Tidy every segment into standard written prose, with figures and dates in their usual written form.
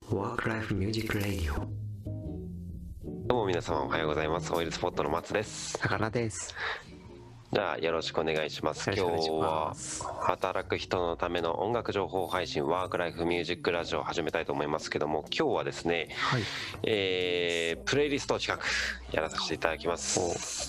Work-Life Music Radio。 どうも皆様おはようございます。オイルスポットの松です。 魚です。 じゃあよろしくお願いします。今日は働く人のための音楽情報配信ワークライフミュージックラジオを始めたいと思いますけども、今日はですね、 はい、 プレイリスト企画やらさせていただきます。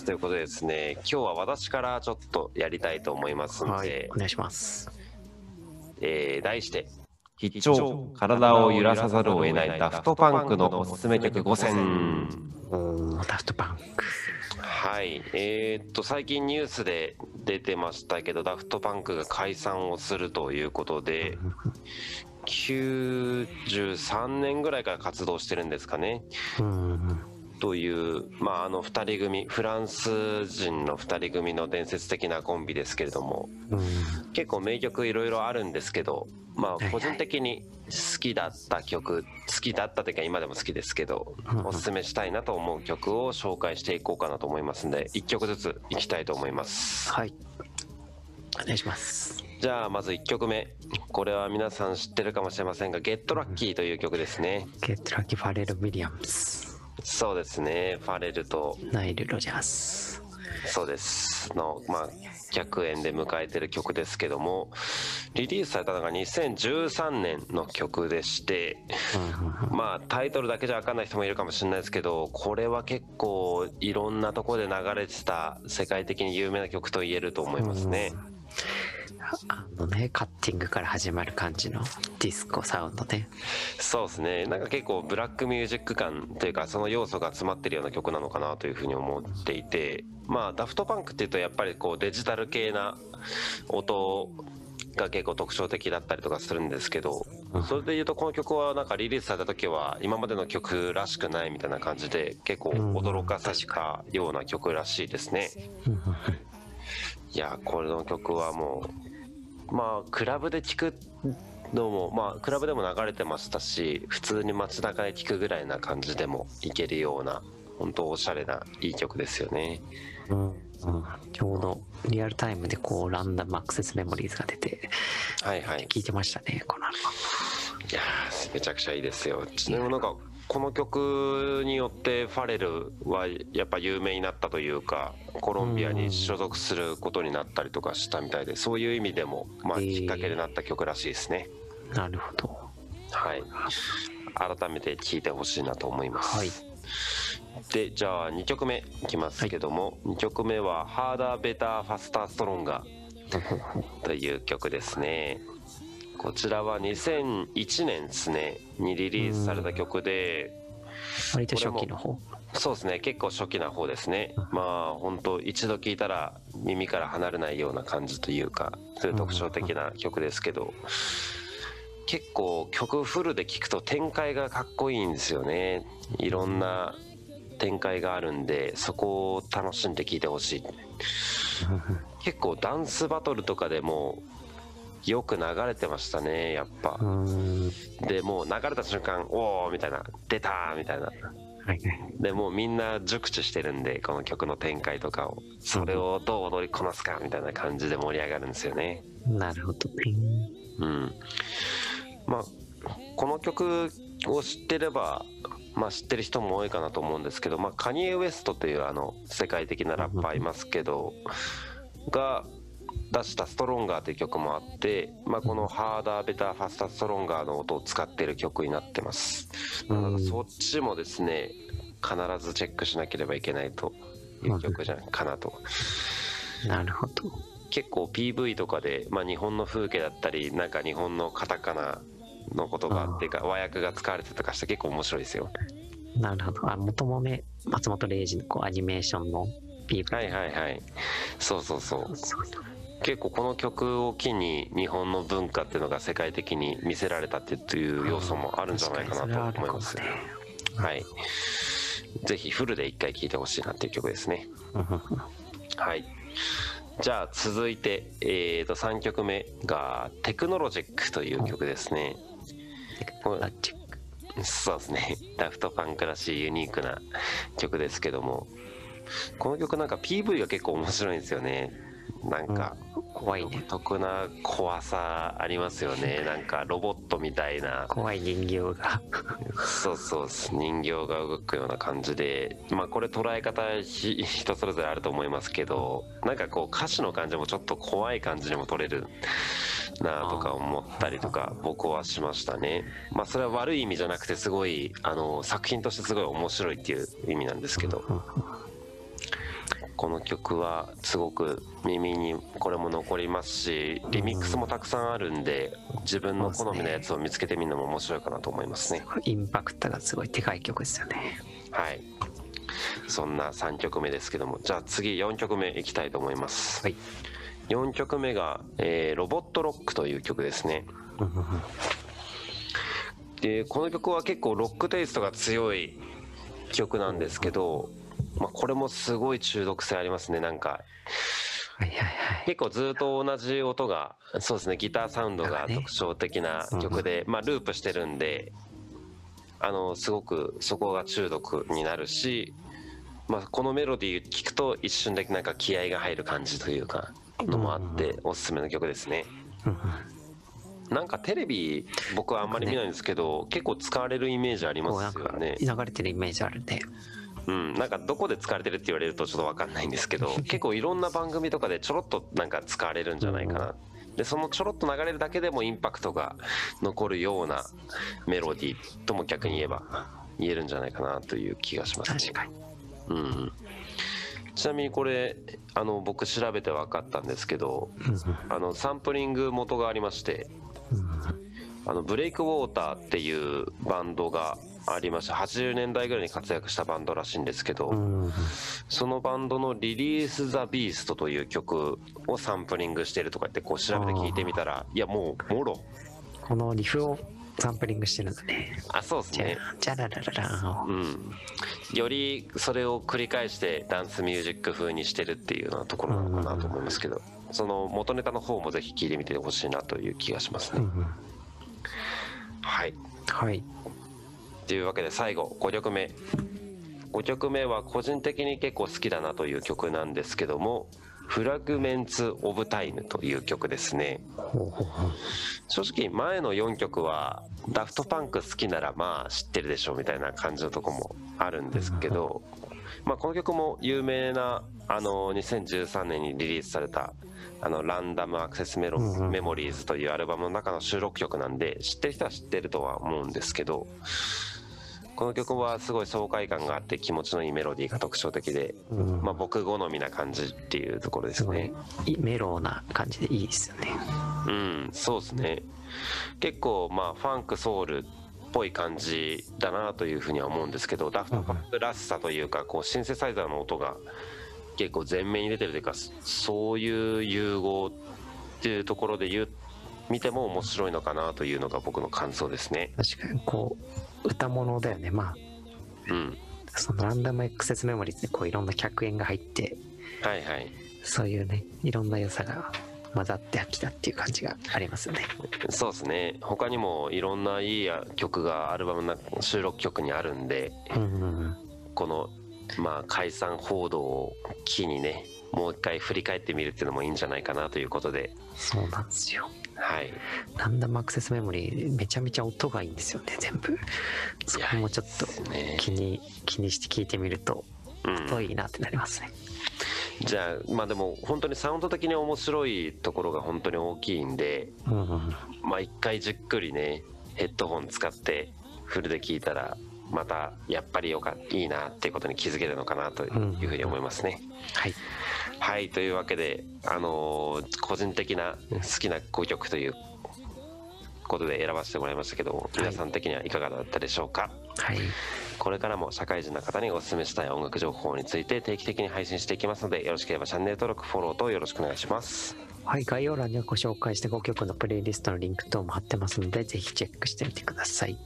ということでですね、今日は私からちょっとやりたいと思いますので、 はい、お願いします。 題して必聴、体を揺らさざるを得ないダフトパンクのおすすめ曲5選。 ダフトパンク。 はい、最近ニュースで出てましたけど、ダフトパンクが解散をするということで、93年ぐらいから活動してるんですかね。という、2人組、フランス人の2人組の伝説的なコンビですけれども、結構名曲いろいろあるんですけど、個人的に好きだった曲、好きだったというか今でも好きですけど、おすすめしたいなと思う曲を紹介していこうかなと思いますので、1曲ずついきたいと思います。 はい、お願いします。 じゃあまず1曲目、これは皆さん知ってるかもしれませんが、ゲットラッキーという曲ですね。 ゲットラッキー、ファレル・ウィリアムス。 そうですね、ファレルとナイル・ロジャース、 そうですの、逆縁で迎えてる曲ですけども、リリースされたのが2013年の曲でして、タイトルだけじゃ分かんない人もいるかもしれないですけど、これは結構いろんなところで流れてた世界的に有名な曲と言えると思いますね。 カッティングから始まる感じのディスコサウンドね。 そうですね、なんか結構ブラックミュージック感というか、その要素が詰まってるような曲なのかなというふうに思っていて、ダフトパンクっていうとやっぱりこうデジタル系な音が結構特徴的だったりとかするんですけど、それでいうとこの曲はなんかリリースされた時は今までの曲らしくないみたいな感じで、結構驚かされたような曲らしいですね。いや、これの曲はもうクラブで聴くのも、クラブでも流れてましたし、普通に街中で聴くぐらいな感じでもいけるような、本当おしゃれないい曲ですよね。 ちょうどリアルタイムでこうランダムアクセスメモリーズが出て、聴いてましたね、このアルバム。 いやー、めちゃくちゃいいですよ。ちなみになんかこの曲によってファレルはやっぱ有名になったというか、コロンビアに所属することになったりとかしたみたいで、そういう意味でもきっかけになった曲らしいですね。 なるほど。 はい、改めて聴いてほしいなと思います。 はい。 で、じゃあ2曲目いきますけども、2曲目は「ハーダーベターファスターストロンガー」という曲ですね。こちらは2001年ですねにリリースされた曲で、 割と初期の方。 そうですね、結構初期な方ですね。本当一度聴いたら耳から離れないような感じというか、そういう特徴的な曲ですけど、結構曲フルで聴くと展開がかっこいいんですよね。いろんな展開があるんで、そこを楽しんで聴いてほしい。結構ダンスバトルとかでもよく流れてましたね、やっぱ。でもう流れた瞬間、おーみたいな、出たーみたいな。でもうみんな熟知してるんで、この曲の展開とかを、それをどう踊りこなすかみたいな感じで盛り上がるんですよね。 なるほどね。 この曲を知ってれば、知ってる人も多いかなと思うんですけど、カニエ・ウェストという世界的なラッパーいますけど、が出した「ストロンガー」という曲もあって、この「ハーダーベターファスターストロンガー」の音を使っている曲になってます。そっちもですね、必ずチェックしなければいけないという曲じゃないかなと。 なるほど。 結構 PV とかで、日本の風景だったり、なんか日本のカタカナのことがっていうか和訳が使われてとかして結構面白いですよ。 なるほど。元もね、松本零士のアニメーションの PV。 そう結構この曲を機に日本の文化っていうのが世界的に見せられたっていう要素もあるんじゃないかなと思います。はい、ぜひフルで一回聴いてほしいなっていう曲ですね。はい、じゃあ続いて、3曲目が「テクノロジック」という曲ですね。そうですね、ダフトパンクらしいユニークな曲ですけども、この曲なんか PV が結構面白いんですよね。なんか怖いね。 独特な怖さありますよね。なんかロボットトみたいな怖い人形がそうそう、人形が動くような感じで、まあこれ捉え方人それぞれあると思いますけど、なんかこう歌詞の感じもちょっと怖い感じにも取れるなとか思ったりとか僕はしましたね。まあそれは悪い意味じゃなくて、すごい作品としてすごい面白いっていう意味なんですけど、この曲はすごく耳にこれも残りますし、リミックスもたくさんあるんで、自分の好みのやつを見つけてみるのも面白いかなと思いますね。 インパクトがすごいでかい曲ですよね。 はい、そんな3曲目ですけども、じゃあ次4曲目いきたいと思います。はい、4曲目が、ロボットロックという曲ですね。でこの曲は結構ロックテイストが強い曲なんですけど、まあ、これもすごい中毒性ありますね。なんか結構ずっと同じ音が、そうですね、ギターサウンドが特徴的な曲で、まあループしてるんで、すごくそこが中毒になるし、まあこのメロディー聞くと一瞬でなんか気合が入る感じというかのもあっておすすめの曲ですね。なんかテレビ僕はあんまり見ないんですけど、結構使われるイメージありますよね。 流れてるイメージあるね。 なんかどこで使われてるって言われるとちょっと分かんないんですけど結構いろんな番組とかでちょろっとなんか使われるんじゃないかな。でそのちょろっと流れるだけでもインパクトが残るようなメロディーとも逆に言えるんじゃないかなという気がしますね。 確かに。 ちなみにこれ僕調べて分かったんですけど、サンプリング元がありまして、ブレイクウォーターっていうバンドがありました。80年代ぐらいに活躍したバンドらしいんですけど、そのバンドのリリース・ザ・ビーストという曲をサンプリングしてるとか言ってこう調べて聞いてみたら、いやもうもろこのリフをサンプリングしてるんだね。 そうですね。 じゃらららら、 よりそれを繰り返してダンスミュージック風にしてるっていうようなところなのかなと思いますけど、その元ネタの方もぜひ聞いてみてほしいなという気がしますね。はいというわけで最後5曲目は個人的に結構好きだなという曲なんですけども、フラグメンツ・オブ・タイムという曲ですね。正直前の4曲はダフトパンク好きならまあ知ってるでしょうみたいな感じのとこもあるんですけど、まあこの曲も有名な2013年にリリースされたランダムアクセスメモリーズというアルバムの中の収録曲なんで、知ってる人は知ってるとは思うんですけど、この曲はすごい爽快感があって気持ちのいいメロディーが特徴的で、まあ僕好みな感じっていうところですね。 メローな感じでいいですよね。 そうですね。結構まあファンクソウルっぽい感じだなというふうには思うんですけど、ダフトパンクらしさというかこうシンセサイザーの音が結構前面に出てるというか、そういう融合っていうところで見ても面白いのかなというのが僕の感想ですね。 確かにこう歌物だよね。まあそのランダムアクセスメモリーってこういろんな客演が入って、そういうねいろんな良さが混ざってきたっていう感じがありますよね。 そうですね。他にもいろんないい曲がアルバムの収録曲にあるんで、このまあ解散報道を機にねもう一回振り返ってみるっていうのもいいんじゃないかなということで。 そうなんですよ。ランダムアクセスメモリーめちゃめちゃ音がいいんですよね全部。そこもちょっと気にして聞いてみると音いいなってなりますね。 じゃあまあでも本当にサウンド的に面白いところが本当に大きいんで、まあ一回じっくりねヘッドホン使ってフルで聞いたらまたやっぱりいいなっていうことに気づけるのかなというふうに思いますね。というわけで個人的な好きな5曲ということで選ばせてもらいましたけど、皆さん的にはいかがだったでしょうか。これからも社会人の方にお勧めしたい音楽情報について定期的に配信していきますので、よろしければチャンネル登録フォローとよろしくお願いします。 概要欄にはご紹介した5曲のプレイリストのリンク等も貼ってますので、ぜひチェックしてみてください。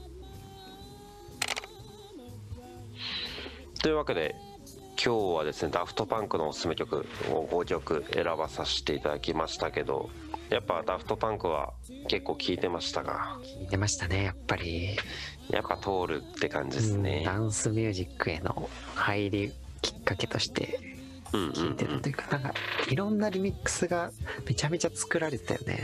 というわけで今日はですねダフトパンクのおすすめ曲を5曲選ばさせていただきましたけど、やっぱダフトパンクは結構聴いてましたか？ 聴いてましたね。やっぱ通るって感じですね。 ダンスミュージックへの入りきっかけとして聴いてたというか、なんかいろんなリミックスがめちゃめちゃ作られてたよね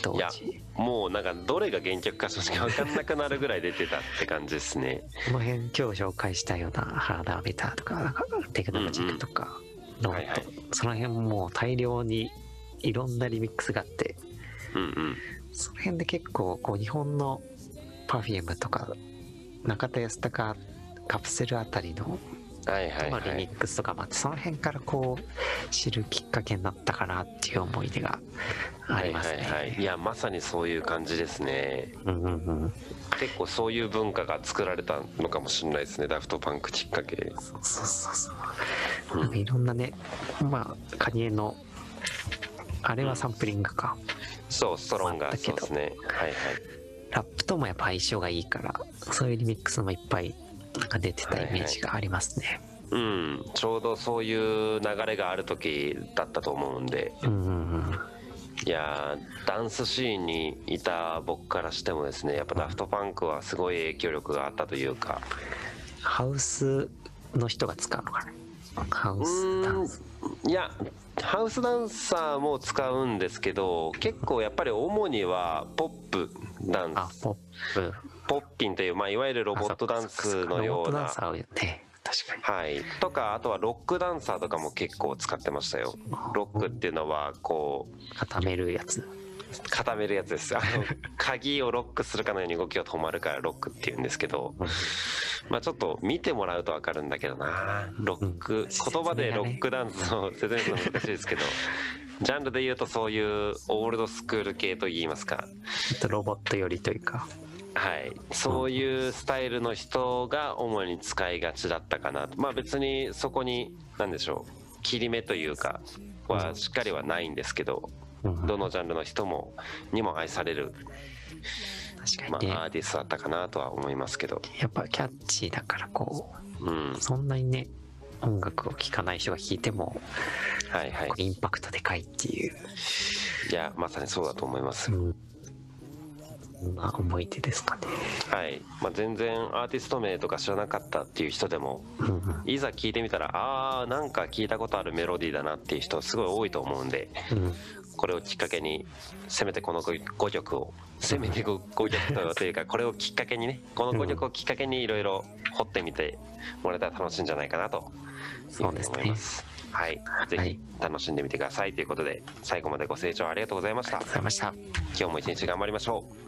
当時。いやもうなんかどれが原曲かしか分かんなくなるぐらい出てたって感じですね。 この辺今日紹介したようなハーダーベターとか、テクノロジックとかノート、その辺も大量にいろんなリミックスがあって、その辺で結構こう日本の Perfume とか中田泰孝カプセルあたりのリミックスとかもあって、その辺からこう知るきっかけになったかなっていう思い出がありますね。 いやまさにそういう感じですね。結構そういう文化が作られたのかもしれないですね、ダフトパンクきっかけ。 なんかいろんなね、まあカニエのあれはサンプリングか、 そうストロンガー、そうですね。 ラップともやっぱ相性がいいから、そういうリミックスもいっぱいなんか出てたイメージがありますね。 ちょうどそういう流れがある時だったと思うんで、いやダンスシーンにいた僕からしてもですね、やっぱダフトパンクはすごい影響力があったというか。 ハウスの人が使うのかな、ハウスダンス。 いやハウスダンサーも使うんですけど、結構やっぱり主にはポップダンス、ポッピンという、まあ、いわゆるロボットダンスのような、とか、あとはロックダンサーとかも結構使ってましたよ。ロックっていうのはこう固めるやつです。鍵をロックするかのように動きが止まるからロックっていうんですけど、まあちょっと見てもらうと分かるんだけどな、ロック、言葉でロックダンスを説明するの難しいですけど、ジャンルで言うとそういうオールドスクール系といいますか、 ロボット寄りというか、 そういうスタイルの人が主に使いがちだったかな。まあ別にそこに何でしょう、切り目というかはしっかりはないんですけど、どのジャンルの人にも愛される、まあ、アーティストだったかなとは思いますけど、 やっぱキャッチーだからこう、そんなにね音楽を聴かない人が聴いても、インパクトでかいっていう。 いやまさにそうだと思います。 まあ思い出ですかね。 まあ、全然アーティスト名とか知らなかったっていう人でも、いざ聞いてみたらなんか聞いたことあるメロディーだなっていう人すごい多いと思うんで、これをきっかけにせめてこの5曲をせめて5曲というか、これをきっかけにね、この5曲をきっかけにいろいろ掘ってみてもらえたら楽しいんじゃないかなというふうに思います。ぜひ楽しんでみてくださいということで、最後までご清聴ありがとうございました。 ありがとうございました。 今日も一日頑張りましょう。